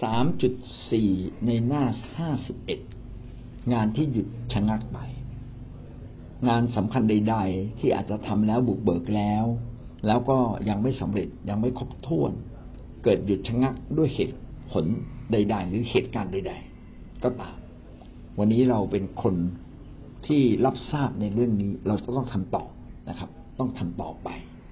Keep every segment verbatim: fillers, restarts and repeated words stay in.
สามจุดสี่ ในหน้าห้าสิบเอ็ดงานที่หยุดชะงักไปงานสำคัญใดๆที่อาจจะทำแล้วบุกเบิกแล้วแล้วก็ยังไม่สำเร็จยังไม่ครบถ้วนเกิดหยุดชะงักด้วยเหตุผลใดๆหรือเหตุการณ์ใดๆก็ตามวันนี้เราเป็นคนที่รับทราบในเรื่องนี้เราจะต้องทำต่อนะครับต้องทำต่อไป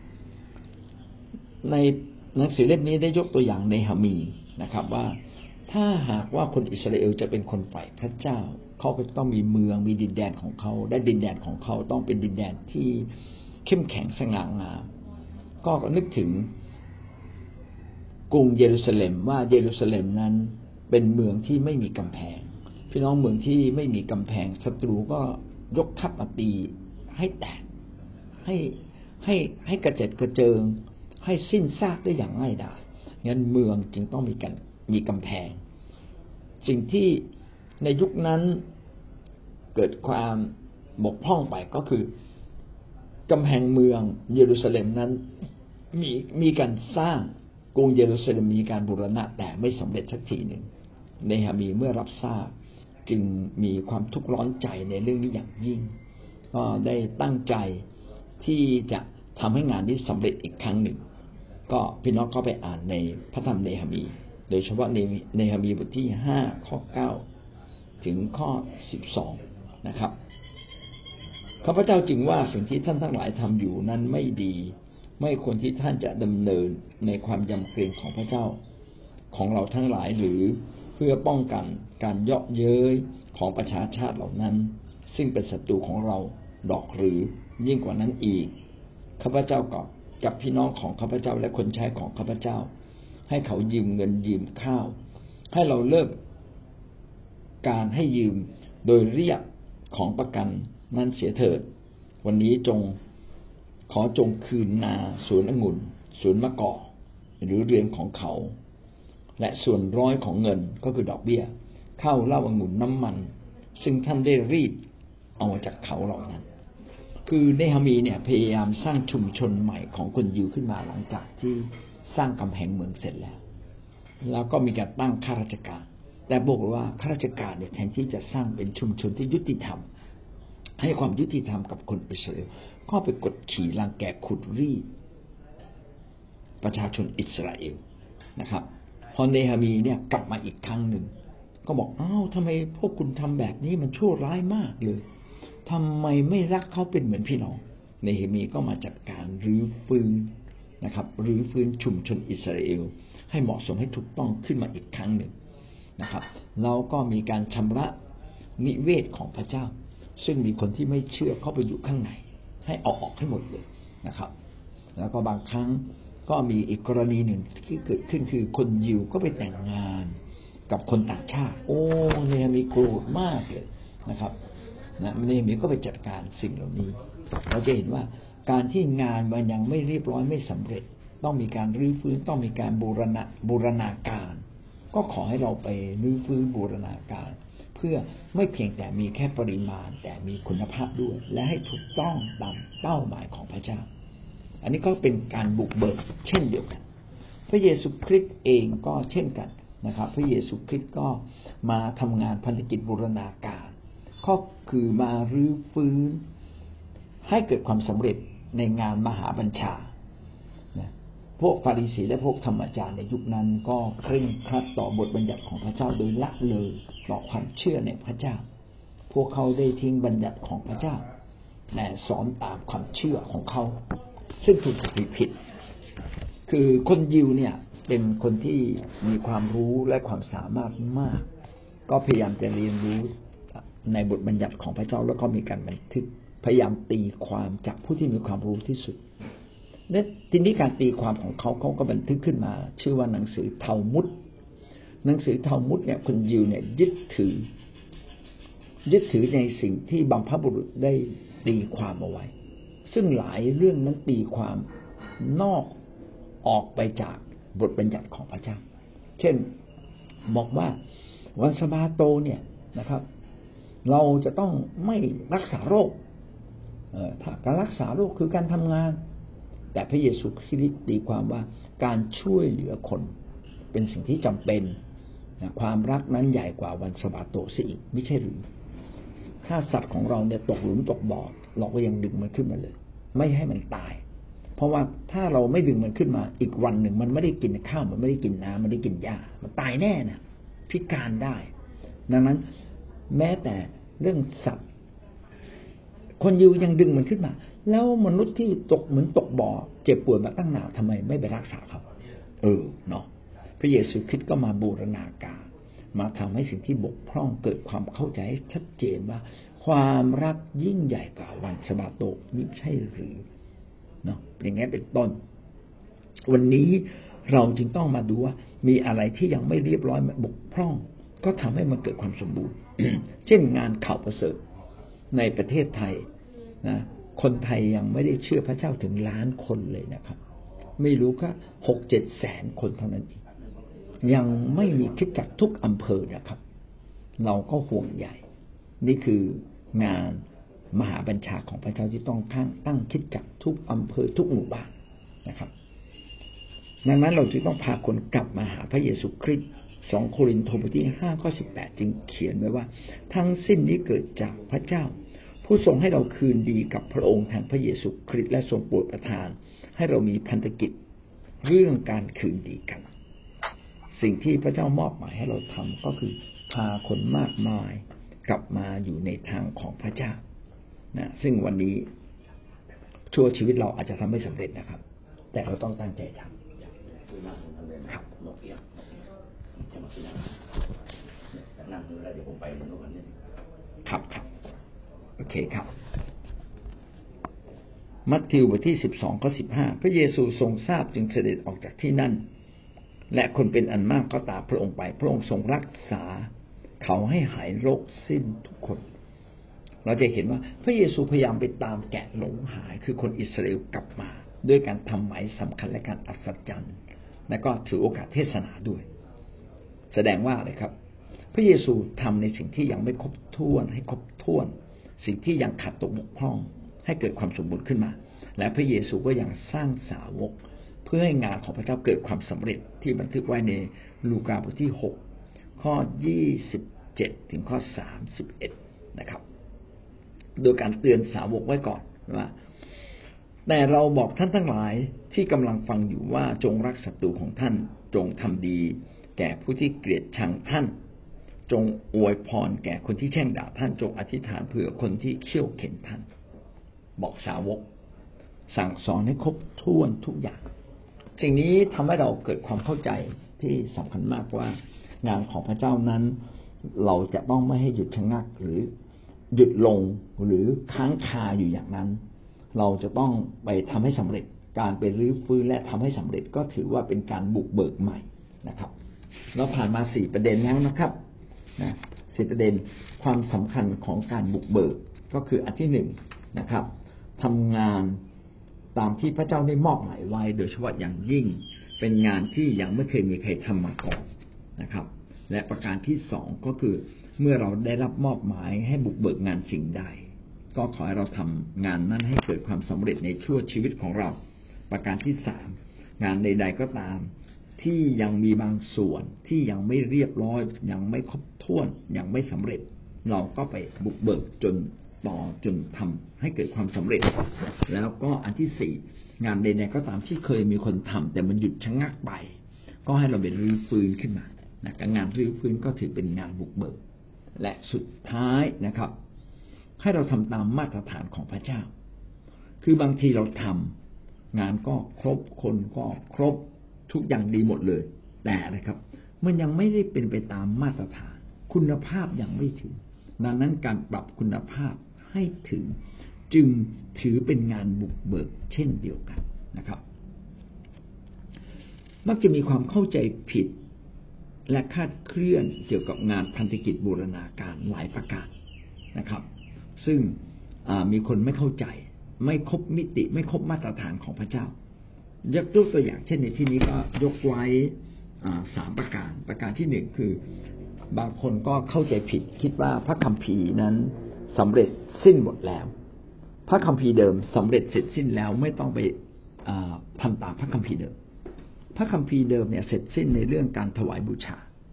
ในหนังสือเล่มนี้ได้ยกตัวอย่างเนหะมีนะครับว่าถ้าหากว่าคนอิสราเอลจะเป็นคนฝ่ายพระเจ้าเขาก็จะต้องมีเมืองมีดินแดนของเขาได้ดินแดนของเขาต้องเป็นดินแดนที่เข้มแข็งสง่างามก็นึกถึงกรุงเยรูซาเล็มว่าเยรูซาเล็มนั้นเป็นเมืองที่ไม่มีกำแพงพี่น้องเมืองที่ไม่มีกำแพงศัตรูก็ยกทัพมาตีให้แตกให้ให้ให้กระเจิดกระเจิงให้สิ้นซากได้อย่างง่ายดายงั้นเมืองจึงต้องมีกันมีกำแพงสิ่งที่ในยุคนั้นเกิดความบกพร่องไปก็คือกำแพงเมืองเยรูซาเล็มนั้นมีมีการสร้างกรุงเยรูซาเล็มมีการบูรณะแต่ไม่สำเร็จสักทีหนึ่งเนหะมีเมื่อรับทราบจึงมีความทุกข์ร้อนใจในเรื่องนี้อย่างยิ่งก็ได้ตั้งใจที่จะทำให้งานนี้สำเร็จอีกครั้งหนึ่งก็พี่น้องก็ไปอ่านในพระธรรมเนหะมีโดยเฉพาะในเนหะมีบทที่ห้าข้อเก้าถึงข้อสิบสองนะครับข้าพเจ้าจึงว่าสิ่งที่ท่านทั้งหลายทำอยู่นั้นไม่ดีไม่ควรที่ท่านจะดำเนินในความยำเกรงของพระเจ้าของเราทั้งหลายหรือเพื่อป้องกันการเยาะเย้ยของประชาชาติเหล่านั้นซึ่งเป็นศัตรูของเราดอกหรือยิ่งกว่านั้นอีกข้าพเจ้ากับกับพี่น้องของข้าพเจ้าและคนใช้ของข้าพเจ้าให้เขายืมเงินยืมข้าวให้เราเลิกการให้ยืมโดยเรียกของประกันนั้นเสียเถิดวันนี้จงขอจงคืนนาสวนองุ่นสวนมะกอกหรือเรือนของเขาและส่วนร้อยของเงินก็คือดอกเบี้ยข้าวเหล้าองุ่นน้ำมันซึ่งท่านได้รีดเอามาจากเขาเหล่านั้นคือเนหะมีเนี่ยพยายามสร้างชุมชนใหม่ของคนยิวขึ้นมาหลังจากที่สร้างกำแพงเมืองเสร็จแล้วแล้วก็มีการตั้งข้าราชการแต่บอกว่าข้าราชการเนี่ยแทนที่จะสร้างเป็นชุมชนที่ยุติธรรมให้ความยุติธรรมกับคนอิสราเอลก็ไปกดขี่รังแกขุดรีดประชาชนอิสราเอลนะครับพอเนหะมีเนี่ยกลับมาอีกครั้งหนึ่งก็บอกอ้าวทำไมพวกคุณทำแบบนี้มันชั่วร้ายมากเลยทำไมไม่รักเขาเป็นเหมือนพี่น้องเนหะมีก็มาจัดการรื้อฟื้นนะครับรื้อฟื้นชุมชนอิสราเอลให้เหมาะสมให้ถูกต้องขึ้นมาอีกครั้งหนึ่งนะครับแล้วก็มีการชำระนิเวศของพระเจ้าซึ่งมีคนที่ไม่เชื่อเข้าไปอยู่ข้างในให้เอาออกให้หมดเลยนะครับแล้วก็บางครั้งก็มีอีกกรณีหนึ่งที่เกิดขึ้นคือคนยิวก็ไปแต่งงานกับคนต่างชาติโอ้เนหะมีโกรธมากเลยนะครับนะเนหะมีก็ไปจัดการสิ่งเหล่านี้เราจะเห็นว่าการที่งานมันยังไม่เรียบร้อยไม่สำเร็จต้องมีการรื้อฟื้นต้องมีการบูรณะบูรณาการก็ขอให้เราไปรื้อฟื้นบูรณาการเพื่อไม่เพียงแต่มีแค่ปริมาณแต่มีคุณภาพด้วยและให้ถูกต้องตามเป้าหมายของพระเจ้าอันนี้ก็เป็นการบุกเบิกเช่นเดียวกันพระเยซูคริสต์เองก็เช่นกันนะครับพระเยซูคริสต์ก็มาทำงานพันธกิจบูรณาการก็คือมารื้อฟื้นให้เกิดความสำเร็จในงานมหาบัญชาพวกฟาริสีและพวกธรรมจารย์ในยุคนั้นก็เคร่งครัดต่อบทบัญญัติของพระเจ้าโดยละเลยต่อความเชื่อในพระเจ้าพวกเขาได้ทิ้งบัญญัติของพระเจ้าแต่สอนตามความเชื่อของเขาซึ่งถูกผิดผิดคือคนยิวเนี่ยเป็นคนที่มีความรู้และความสามารถมากก็พยายามจะเรียนรู้ในบทบัญญัติของพระเจ้าแล้วก็มีการบันทึกพยายามตีความจากผู้ที่มีความรู้ที่สุดและทีนี้การตีความของเขาเขาก็บันทึกขึ้นมาชื่อว่าหนังสือเทามุดหนังสือเทามุดเนี่ยคนยิวเนี่ยยึดถือยึดถือในสิ่งที่บรรพบุรุษได้ตีความเอาไว้ซึ่งหลายเรื่องนั้นตีความนอกออกไปจากบทบัญญัติของพระเจ้าเช่นบอกว่าวันสะบาโตเนี่ยนะครับเราจะต้องไม่รักษาโรคเอ่อถ้าการรักษาโรคคือการทำงานแต่พระเยซูคริสต์ตีความว่าการช่วยเหลือคนเป็นสิ่งที่จำเป็นนะความรักนั้นใหญ่กว่าวันสะบาโตเสียอีกไม่ใช่หรือถ้าสัตว์ของเราเนี่ยตกหลุมตกบ่อเราก็ยังดึงมันขึ้นมาเลยไม่ให้มันตายเพราะว่าถ้าเราไม่ดึงมันขึ้นมาอีกวันหนึ่งมันไม่ได้กินข้าวมันไม่ได้กินน้ำมันได้กินหญ้ามันตายแน่นะพิการได้ดังนั้นแม้แต่เรื่องสัตว์คนยิวยังดึงมันขึ้นมาแล้วมนุษย์ที่ตกเหมือนตกบ่อเจ็บปวดมาตั้งนานทำไมไม่ไปรักษาเขาเออเนาะพระเยซูคริสต์ก็มาบูรณาการมาทำให้สิ่งที่บกพร่องเกิดความเข้าใจชัดเจนว่าความรักยิ่งใหญ่กว่าวันสะบาโตมิใช่หรือเนาะอย่างงี้เป็นต้นวันนี้เราจึงต้องมาดูว่ามีอะไรที่ยังไม่เรียบร้อยบกพร่องก็ทำให้มันเกิดความสมบูรณ์ เช่นงานข่าวประเสริฐในประเทศไทยนะคนไทยยังไม่ได้เชื่อพระเจ้าถึงล้านคนเลยนะครับไม่รู้ก็หกเจ็ดแสนคนเท่านั้นเองยังไม่มีคริสตจักรทุกอำเภอนะครับเราก็ห่วงใหญ่นี่คืองานมหาบัญชาของพระเจ้าที่ต้องตั้งคริสตจักรทุกอำเภอทุกหมู่บ้านนะครับดังนั้นเราจึงต้องพาคนกลับมาหาพระเยซูคริสต์สองโครินธ์บทที่ห้าข้อสิบแปดจึงเขียนไว้ว่าทั้งสิ้นนี้เกิดจากพระเจ้าผู้ทรงให้เราคืนดีกับพระองค์ทางพระเยซูคริสต์และทรงโปรดประทานให้เรามีพันธกิจเรื่องการคืนดีกันสิ่งที่พระเจ้ามอบหมายให้เราทำก็คือพาคนมากมายกลับมาอยู่ในทางของพระเจ้านะซึ่งวันนี้ชั่วชีวิตเราอาจจะทำไม่สำเร็จนะครับแต่เราต้องตั้งใจทำครับนั่งดูแล้วเดี๋ยวผมไปมันนู้นนี่ครับครับโอเคครับมัทธิวบทที่สิบสองข้อสิบห้าพระเยซูทรงทราบจึงเสด็จออกจากที่นั่นและคนเป็นอันมากก็ตามพระองค์ไปพระองค์ทรงรักษาเขาให้หายโรคสิ้นทุกคนเราจะเห็นว่าพระเยซูพยายามไปตามแกะหลงหายคือคนอิสราเอลกลับมาด้วยการทำหมายสำคัญและการอัศจรรย์และก็ถือโอกาสเทศนาด้วยแสดงว่าอะไรครับพระเยซูทำในสิ่งที่ยังไม่ครบถ้วนให้ครบถ้วนสิ่งที่ยังขาดตกบกพร่องให้เกิดความสมบูรณ์ขึ้นมาและพระเยซูก็ยังสร้างสาวกเพื่อให้งานของพระเจ้าเกิดความสำเร็จที่บันทึกไว้ในลูกาบทที่หกข้อยี่สิบเจ็ดถึงข้อสามสิบเอ็ดนะครับโดยการเตือนสาวกไว้ก่อนว่าแต่เราบอกท่านทั้งหลายที่กำลังฟังอยู่ว่าจงรักศัตรูของท่านจงทำดีแก่ผู้ที่เกลียดชังท่านจงอวยพรแก่คนที่แช่งด่าท่านจงอธิษฐานเผื่อคนที่เคี่ยวเข็นท่านบอกสาวกสั่งสอนให้ครบถ้วนทุกอย่างสิ่งนี้ทำให้เราเกิดความเข้าใจที่สำคัญมากว่างานของพระเจ้านั้นเราจะต้องไม่ให้หยุดชะงักหรือหยุดลงหรือค้างคาอยู่อย่างนั้นเราจะต้องไปทำให้สำเร็จการไปรื้อฟื้นและทำให้สำเร็จก็ถือว่าเป็นการบุกเบิกใหม่นะครับเราผ่านมาสี่ประเด็นแล้วนะครับนะสี่ประเด็นความสำคัญของการบุกเบิกก็คืออันที่หนึ่งนะครับทำงานตามที่พระเจ้าได้มอบหมายไว้โดยเฉพาะอย่างยิ่งเป็นงานที่ยังไม่เคยมีใครทำมาก่อนนะครับและประการที่สองก็คือเมื่อเราได้รับมอบหมายให้บุกเบิกงานสิ่งใดก็ขอให้เราทำงานนั้นให้เกิดความสำเร็จในชั่วชีวิตของเราประการที่สามงานใดๆก็ตามที่ยังมีบางส่วนที่ยังไม่เรียบร้อยยังไม่ครบถ้วนยังไม่สำเร็จเราก็ไปบุกเบิกจนต่อจนทำให้เกิดความสำเร็จแล้วก็อันที่สี่งานใดๆก็ตามที่เคยมีคนทำแต่มันหยุดชะงักไปก็ให้เราเป็นรื้อฟื้นขึ้นมานะงานรื้อฟื้นก็ถือเป็นงานบุกเบิกและสุดท้ายนะครับให้เราทำตามมาตรฐานของพระเจ้าคือบางทีเราทำงานก็ครบคนก็ครบทุกอย่างดีหมดเลยแต่นะครับมันยังไม่ได้เป็นไปตามมาตรฐานคุณภาพยังไม่ถึงดังนั้นการปรับคุณภาพให้ถึงจึงถือเป็นงานบุกเบิกเช่นเดียวกันนะครับมักจะมีความเข้าใจผิดและคาดเคลื่อนเกี่ยวกับงานพันธกิจบูรณาการหลายประการนะครับซึ่งมีคนไม่เข้าใจไม่ครบมิติไม่ครบมาตรฐานของพระเจ้ายกตัวอย่างเช่นในที่นี้ก็ยกไว้สามประการประการที่หนึ่งคือบางคนก็เข้าใจผิดคิดว่าพระคัมภีร์นั้นสำเร็จสิ้นหมดแล้วพระคัมภีร์เดิมสำเร็จเสร็จสิ้นแล้วไม่ต้องไปทำตามพระคัมภีร์เดิมพระคัมภีร์เดิมเนี่ยเสร็จสิ้นในเรื่องการถวายบูชา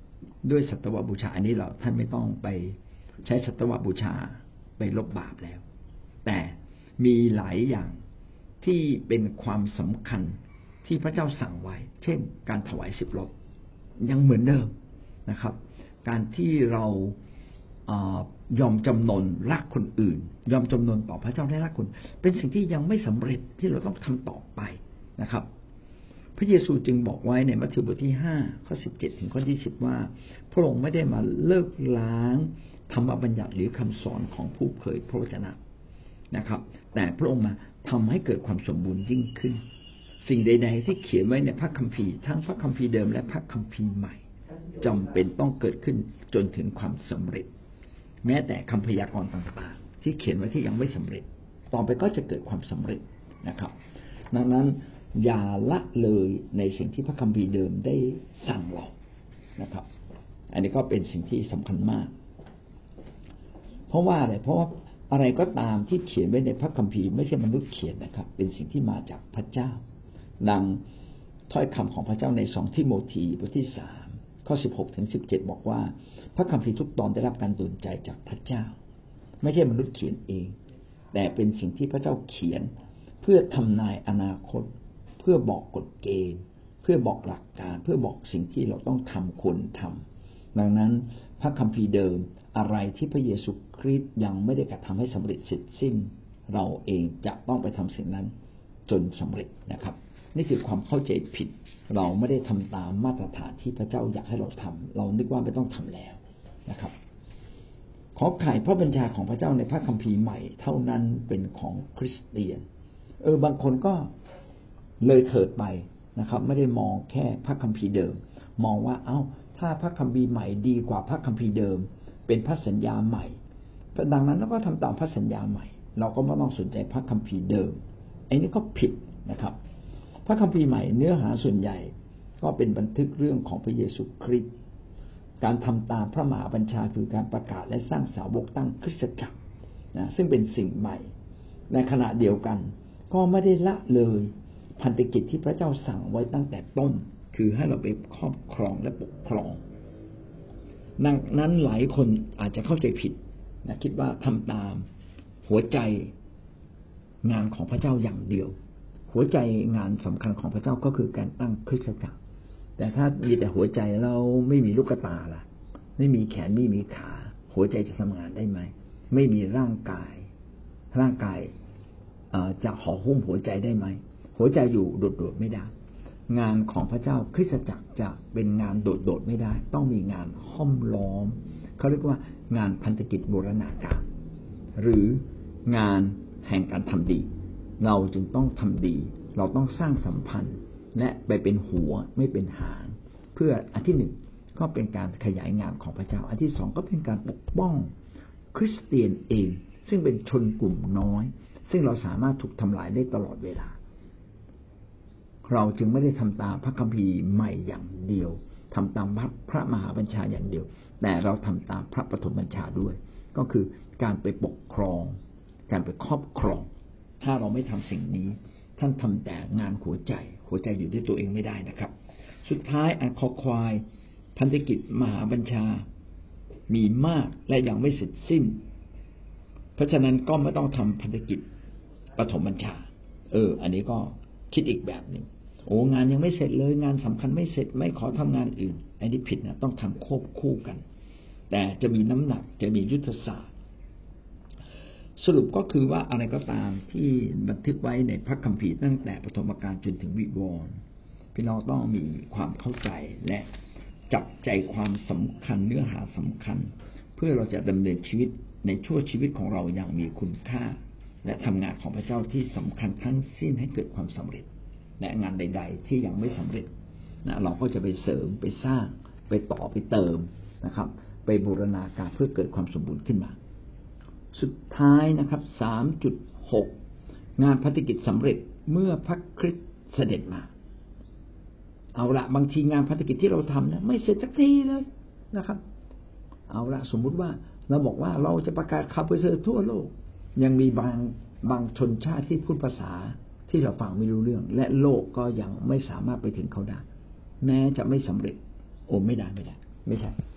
ด้วยสัตวบูชาอันนี้เราท่านไม่ต้องไปใช้สัตวบูชาไปลบบาปแล้วแต่มีหลายอย่างที่เป็นความสำคัญที่พระเจ้าสั่งไว้เช่นการถวายสิบรถยังเหมือนเดิมนะครับการที่เรายอมจำนนรักคนอื่นยอมจำนนต่อพระเจ้าและรักคนเป็นสิ่งที่ยังไม่สำเร็จที่เราต้องทำต่อไปนะครับพระเยซูจึงบอกไว้ในมัทธิวบทที่ห้าข้อสิบเจ็ดถึงข้อยี่สิบว่าพระองค์ไม่ได้มาเลิกล้างธรรมบัญญัติหรือคำสอนของผู้เผยพระวจนะนะครับแต่พระองค์มาทำให้เกิดความสมบูรณ์ยิ่งขึ้นสิ่งใดๆที่เขียนไว้ในพระคัมภีร์ทั้งพระคัมภีร์เดิมและพระคัมภีร์ใหม่จำเป็นต้องเกิดขึ้นจนถึงความสำเร็จแม้แต่คำพยากรณ์ต่างๆที่เขียนไว้ที่ยังไม่สำเร็จต่อไปก็จะเกิดความสำเร็จนะครับดังนั้นอย่าละเลยในสิ่งที่พระคัมภีร์เดิมได้สั่งเรานะครับอันนี้ก็เป็นสิ่งที่สำคัญมากเพราะว่าอะไรเพราะว่าอะไรก็ตามที่เขียนไว้ในพระคัมภีร์ไม่ใช่มนุษย์เขียนนะครับเป็นสิ่งที่มาจากพระเจ้าดังถ้อยคำของพระเจ้าในสองทิโมธีบทที่สามข้อสิบหกถึงสิบเจ็ดบอกว่าพระคัมภีร์ทุกตอนได้รับการดลใจจากพระเจ้าไม่ใช่มนุษย์เขียนเองแต่เป็นสิ่งที่พระเจ้าเขียนเพื่อทำนายอนาคตเพื่อบอกกฎเกณฑ์เพื่อบอกหลักการเพื่อบอกสิ่งที่เราต้องทำควรทำดังนั้นพระคัมภีร์เดิมอะไรที่พระเยซูคริสต์ยังไม่ได้กระทำให้สำเร็จเสร็จสิ้นเราเองจะต้องไปทำสิ่งนั้นจนสำเร็จนะครับนี่คือความเข้าใจผิดเราไม่ได้ทำตามมาตรฐานที่พระเจ้าอยากให้เราทำเรานึกว่าไม่ต้องทำแล้วนะครับขอข่ายพระบัญชาของพระเจ้าในพระคัมภีร์ใหม่เท่านั้นเป็นของคริสเตียนเออบางคนก็เลยเถิดไปนะครับไม่ได้มองแค่พระคัมภีร์เดิมมองว่าเอ้าถ้าพระคัมภีร์ใหม่ดีกว่าพระคัมภีร์เดิมเป็นพระสัญญาใหม่ดังนั้นเราก็ทำตามพระสัญญาใหม่เราก็ไม่ต้องสนใจพระคัมภีร์เดิมไอ้นี่ก็ผิดนะครับพระคัมภีร์ใหม่เนื้อหาส่วนใหญ่ก็เป็นบันทึกเรื่องของพระเยซูคริสต์การทำตามพระมหาบัญชาคือการประกาศและสร้างสาวกตั้งคริสตจักรนะซึ่งเป็นสิ่งใหม่ในขณะเดียวกันก็ไม่ได้ละเลยพันธกิจที่พระเจ้าสั่งไว้ตั้งแต่ต้นคือให้เราไปครอบครองและปกครองดังนั้นหลายคนอาจจะเข้าใจผิดนะคิดว่าทำตามหัวใจงานของพระเจ้าอย่างเดียวหัวใจงานสำคัญของพระเจ้าก็คือการตั้งคริสตจักรแต่ถ้ามีแต่หัวใจเราไม่มีลูกตาล่ะไม่มีแขนไม่มีขาหัวใจจะทำงานได้ไหมไม่มีร่างกายร่างกายจะห่อหุ้มหัวใจได้ไหมหัวใจอยู่โดดๆไม่ได้งานของพระเจ้าคริสตจักรจะเป็นงานโดดๆไม่ได้ต้องมีงานห้อมล้อมเขาเรียกว่างานพันธกิจบูรณาการหรืองานแห่งการทำดีเราจึงต้องทำดีเราต้องสร้างสัมพันธ์และไปเป็นหัวไม่เป็นหางเพื่ออันที่หนึ่งก็เป็นการขยายงานของพระเจ้าอันที่สองก็เป็นการปกป้องคริสเตียนเองซึ่งเป็นชนกลุ่มน้อยซึ่งเราสามารถถูกทำลายได้ตลอดเวลาเราจึงไม่ได้ทำตามพระคัมภีร์ใหม่อย่างเดียวทำตามพระมหาบัญชาอย่างเดียวแต่เราทำตามพระปฐมบัญชาด้วยก็คือการไปปกครองการไปครอบครองถ้าเราไม่ทำสิ่งนี้ท่านทำแต่งานหัวใจหัวใจอยู่ด้วยตัวเองไม่ได้นะครับสุดท้ายอันคอควายพันธกิจมหาบัญชามีมากและยังไม่เสร็จสิ้นเพราะฉะนั้นก็ไม่ต้องทำพันธกิจปฐมบัญชาเอออันนี้ก็คิดอีกแบบนึงโอ้งานยังไม่เสร็จเลยงานสำคัญไม่เสร็จไม่ขอทำงานอื่นอันนี้ผิดนะต้องทำควบคู่กันแต่จะมีน้ำหนักจะมียุทธศาสตร์สรุปก็คือว่าอะไรก็ตามที่บันทึกไว้ในพระคัมภีร์ตั้งแต่ปฐมกาลจนถึงวิวรณ์พี่น้องต้องมีความเข้าใจและจับใจความสำคัญเนื้อหาสำคัญเพื่อเราจะดำเนินชีวิตในชั่วชีวิตของเราอย่างมีคุณค่าและทำงานของพระเจ้าที่สำคัญทั้งสิ้นให้เกิดความสำเร็จและงานใดๆที่ยังไม่สำเร็จนะเราก็จะไปเสริมไปสร้างไปต่อไปเติมนะครับไปบูรณาการเพื่อเกิดความสมบูรณ์ขึ้นมาสุดท้ายนะครับ สามจุดหก งานพันธกิจสำเร็จเมื่อพระคริสต์เสด็จมาเอาละบางทีงานพันธกิจที่เราทำนะไม่เสร็จสักทีเลยนะครับเอาละสมมุติว่าเราบอกว่าเราจะประกาศข่าวประเสริฐทั่วโลกยังมีบางบางชนชาติที่พูดภาษาที่เราฟังไม่รู้เรื่องและโลกก็ยังไม่สามารถไปถึงเขาได้แม้จะไม่สำเร็จโอ้ไม่ได้ไม่ได้ไม่ใช่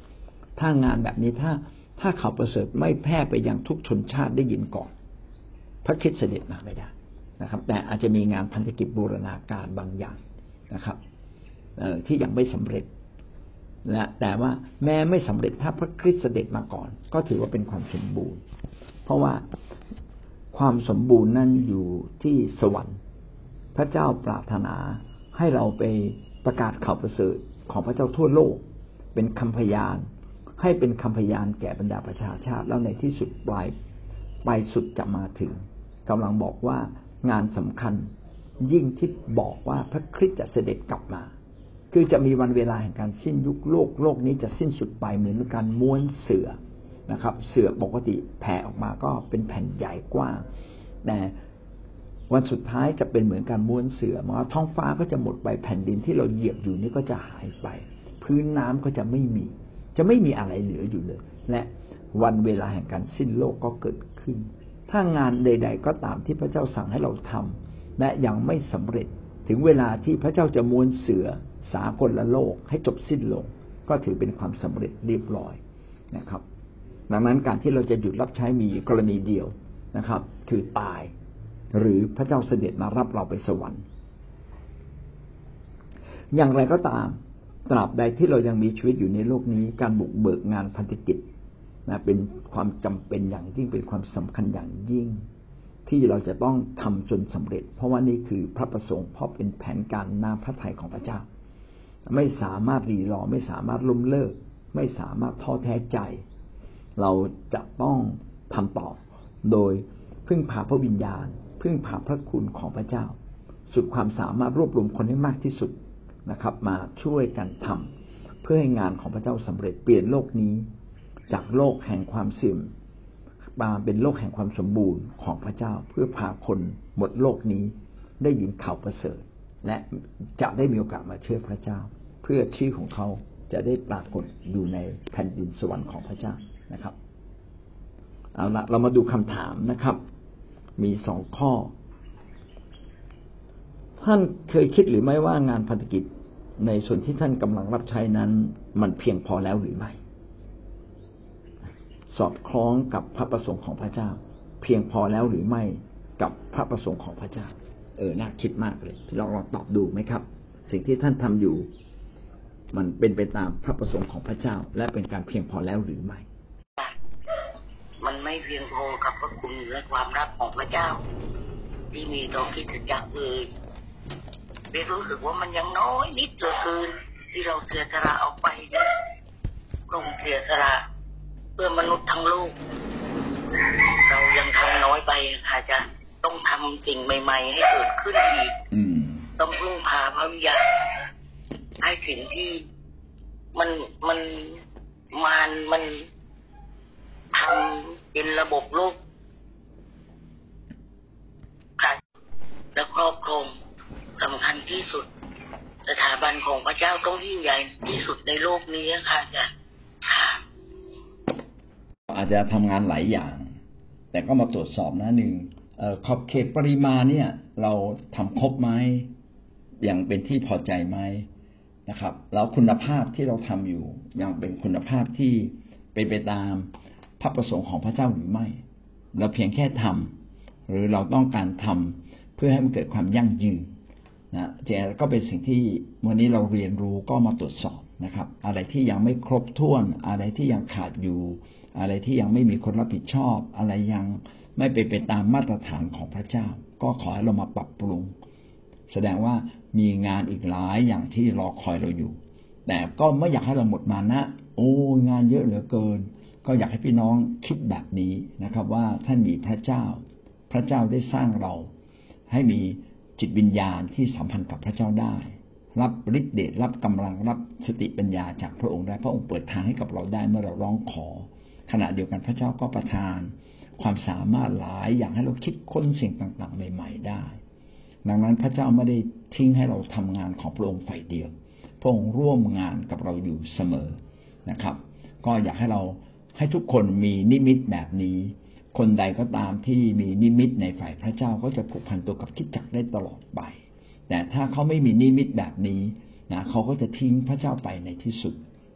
ถ้างานแบบนี้ถ้าถ้าข่าวประเสริฐไม่แพร่ไปยังทุกชนชาติได้ยินก่อนพระคริสต์เสด็จมาไม่ได้นะครับแต่อาจจะมีงานพันธกิจบูรณาการบางอย่างนะครับที่ยังไม่สำเร็จและแต่ว่าแม้ไม่สำเร็จถ้าพระคริสต์เสด็จมาก่อนก็ถือว่าเป็นความสมบูรณ์เพราะว่าความสมบูรณ์นั้นอยู่ที่สวรรค์พระเจ้าปรารถนาให้เราไปประกาศข่าวประเสริฐของพระเจ้าทั่วโลกเป็นคำพยานให้เป็นคำพยานแก่บรรดาประชาชาติแล้วในที่สุดปลายปลายสุดจะมาถึงกำลังบอกว่างานสำคัญยิ่งที่บอกว่าพระคริสต์จะเสด็จกลับมาคือจะมีวันเวลาแห่งการสิ้นยุคโลกโลกนี้จะสิ้นสุดไปเหมือนการม้วนเสื่อนะครับเสื่อปกติแผ่ออกมาก็เป็นแผ่นใหญ่กว้างแต่วันสุดท้ายจะเป็นเหมือนการม้วนเสื่อมาท้องฟ้าก็จะหมดไปแผ่นดินที่เราเหยียบอยู่นี่ก็จะหายไปพื้นน้ำก็จะไม่มีจะไม่มีอะไรเหลืออยู่เลยและวันเวลาแห่งการสิ้นโลกก็เกิดขึ้นถ้างานใดๆก็ตามที่พระเจ้าสั่งให้เราทำและยังไม่สำเร็จถึงเวลาที่พระเจ้าจะม้วนเสือสากลโลกให้จบสิ้นลงก็ถือเป็นความสำเร็จเรียบร้อยนะครับดังนั้นการที่เราจะหยุดรับใช้มีกรณีเดียวนะครับคือตายหรือพระเจ้าเสด็จมารับเราไปสวรรค์อย่างไรก็ตามตราบใดที่เรายังมีชีวิตอยู่ในโลกนี้การบุกเบิกงานพันธกิจนะเป็นความจำเป็นอย่างยิ่งเป็นความสำคัญอย่างยิ่งที่เราจะต้องทำจนสำเร็จเพราะว่านี่คือพระประสงค์เพราะเป็นแผนการน้ำพระทัยของพระเจ้าไม่สามารถรีรอไม่สามารถล้มเลิกไม่สามารถท้อแท้ใจเราจะต้องทำต่อโดยพึ่งพาพระวิญญาณพึ่งพาพระคุณของพระเจ้าสุดความสามารถรวบรวมคนให้มากที่สุดนะครับมาช่วยกันทำเพื่อให้งานของพระเจ้าสำเร็จเปลี่ยนโลกนี้จากโลกแห่งความเสื่อมมาเป็นโลกแห่งความสมบูรณ์ของพระเจ้าเพื่อพาคนหมดโลกนี้ได้ยินข่าวประเสริฐและจะได้มีโอกาสมาเชื่อพระเจ้าเพื่อชื่อของเขาจะได้ปรากฏอยู่ในแผ่นดินสวรรค์ของพระเจ้านะครับเอาละเรามาดูคำถามนะครับมีสองข้อท่านเคยคิดหรือไม่ว่างานพันธกิจในส่วนที่ท่านกำลังรับใช้นั้นมันเพียงพอแล้วหรือไม่สอดคล้องกับพระประสงค์ของพระเจ้าเพียงพอแล้วหรือไม่กับพระประสงค์ของพระเจ้าเออน่าคิดมากเลยพี่ลองลองตอบดูไหมครับสิ่งที่ท่านทำอยู่มันเป็นไปตามพระประสงค์ของพระเจ้าและเป็นการเพียงพอแล้วหรือไม่มันไม่เพียงพอกับพระคุณและความรักของพระเจ้าที่มีต่อคริสตจักรเลยเรียนรู้สึกว่ามันยังน้อยนิดเหลือเกินที่เราเสียสละออกไปนะลงเสียสละเพื่อมนุษย์ทั้งโลกเรายังทำน้อยไปค่ะจะต้องทำสิ่งใหม่ๆให้เกิดขึ้นอีกต้องพึ่งพาพระวิญญาณให้สิ่งที่มันมันมันมันทำเป็นระบบโลกค่ะและครอบครองสำคัญที่สุดสถาบันของพระเจ้าต้องยิ่งใหญ่ที่สุดในโลกนี้ค่ะจ้ะอาจจะทำงานหลายอย่างแต่ก็มาตรวจสอบนะหนึ่งขอบเขตปริมาณเนี่ยเราทำครบไหมอย่างเป็นที่พอใจไหมนะครับแล้วคุณภาพที่เราทำอยู่ยังเป็นคุณภาพที่เป็นไปตามพระประสงค์ของพระเจ้าหรือไม่เราเพียงแค่ทำหรือเราต้องการทำเพื่อให้มันเกิดความยั่งยืนนะเจก็เป็นสิ่งที่วันนี้เราเรียนรู้ก็มาตรวจสอบนะครับอะไรที่ยังไม่ครบถ้วนอะไรที่ยังขาดอยู่อะไรที่ยังไม่มีคนรับผิดชอบอะไรยังไม่เป็นไปตามมาตรฐานของพระเจ้าก็ขอให้เรามาปรับปรุงแสดงว่ามีงานอีกหลายอย่างที่รอคอยเราอยู่แต่ก็ไม่อยากให้เราหมดมานะโอ้งานเยอะเหลือเกินก็อยากให้พี่น้องคิดแบบนี้นะครับว่าท่านมีพระเจ้าพระเจ้าได้สร้างเราให้มีจิตวิญญาณที่สัมพันธ์กับพระเจ้าได้รับฤทธิ์เดชรับกำลังรับสติปัญญาจากพระองค์ได้พระองค์เปิดทางให้กับเราได้เมื่อเราร้องขอขณะเดียวกันพระเจ้าก็ประทานความสามารถหลายอย่างให้เราคิดค้นสิ่งต่างๆใหม่ๆได้ดังนั้นพระเจ้าไม่ได้ทิ้งให้เราทำงานของพระองค์ฝ่ายเดียวพระองค์ร่วมงานกับเราอยู่เสมอนะครับก็อยากให้เราให้ทุกคนมีนิมิตแบบนี้คนใดก็ตามที่มีนิมิตในฝ่ายพระเจ้าก็จะผูกพันตัวกับคริสตจักรได้ตลอดไปแต่ถ้าเขาไม่มีนิมิตแบบนี้นะเขาก็จะทิ้งพระเจ้าไปในที่สุด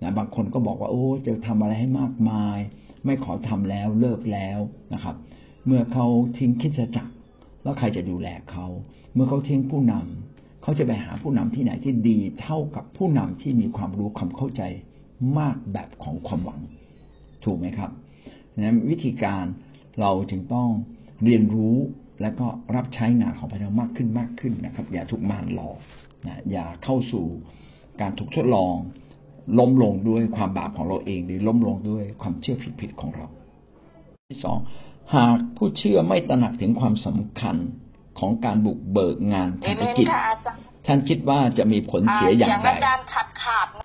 นะบางคนก็บอกว่าโอ้จะทำอะไรให้มากมายไม่ขอทำแล้วเลิกแล้วนะครับเมื่อเขาทิ้งคริสตจักรแล้วใครจะดูแลเขาเมื่อเขาทิ้งผู้นำเขาจะไปหาผู้นำที่ไหนที่ดีเท่ากับผู้นำที่มีความรู้ความเข้าใจมากแบบของความหวังถูกไหมครับนั้นวิธีการเราจึงต้องเรียนรู้และก็รับใช้งานของพระเจ้ามากขึ้นมากขึ้นนะครับอย่าถูกมารหลอกนะอย่าเข้าสู่การถูกทดลองล้มลงด้วยความบาปของเราเองหรือล้มลงด้วยความเชื่อผิดๆของเราที่สองหากผู้เชื่อไม่ตระหนักถึงความสำคัญของการบุกเบิกงานพันธกิจท่านคิดว่าจะมีผลเสียอย่างไร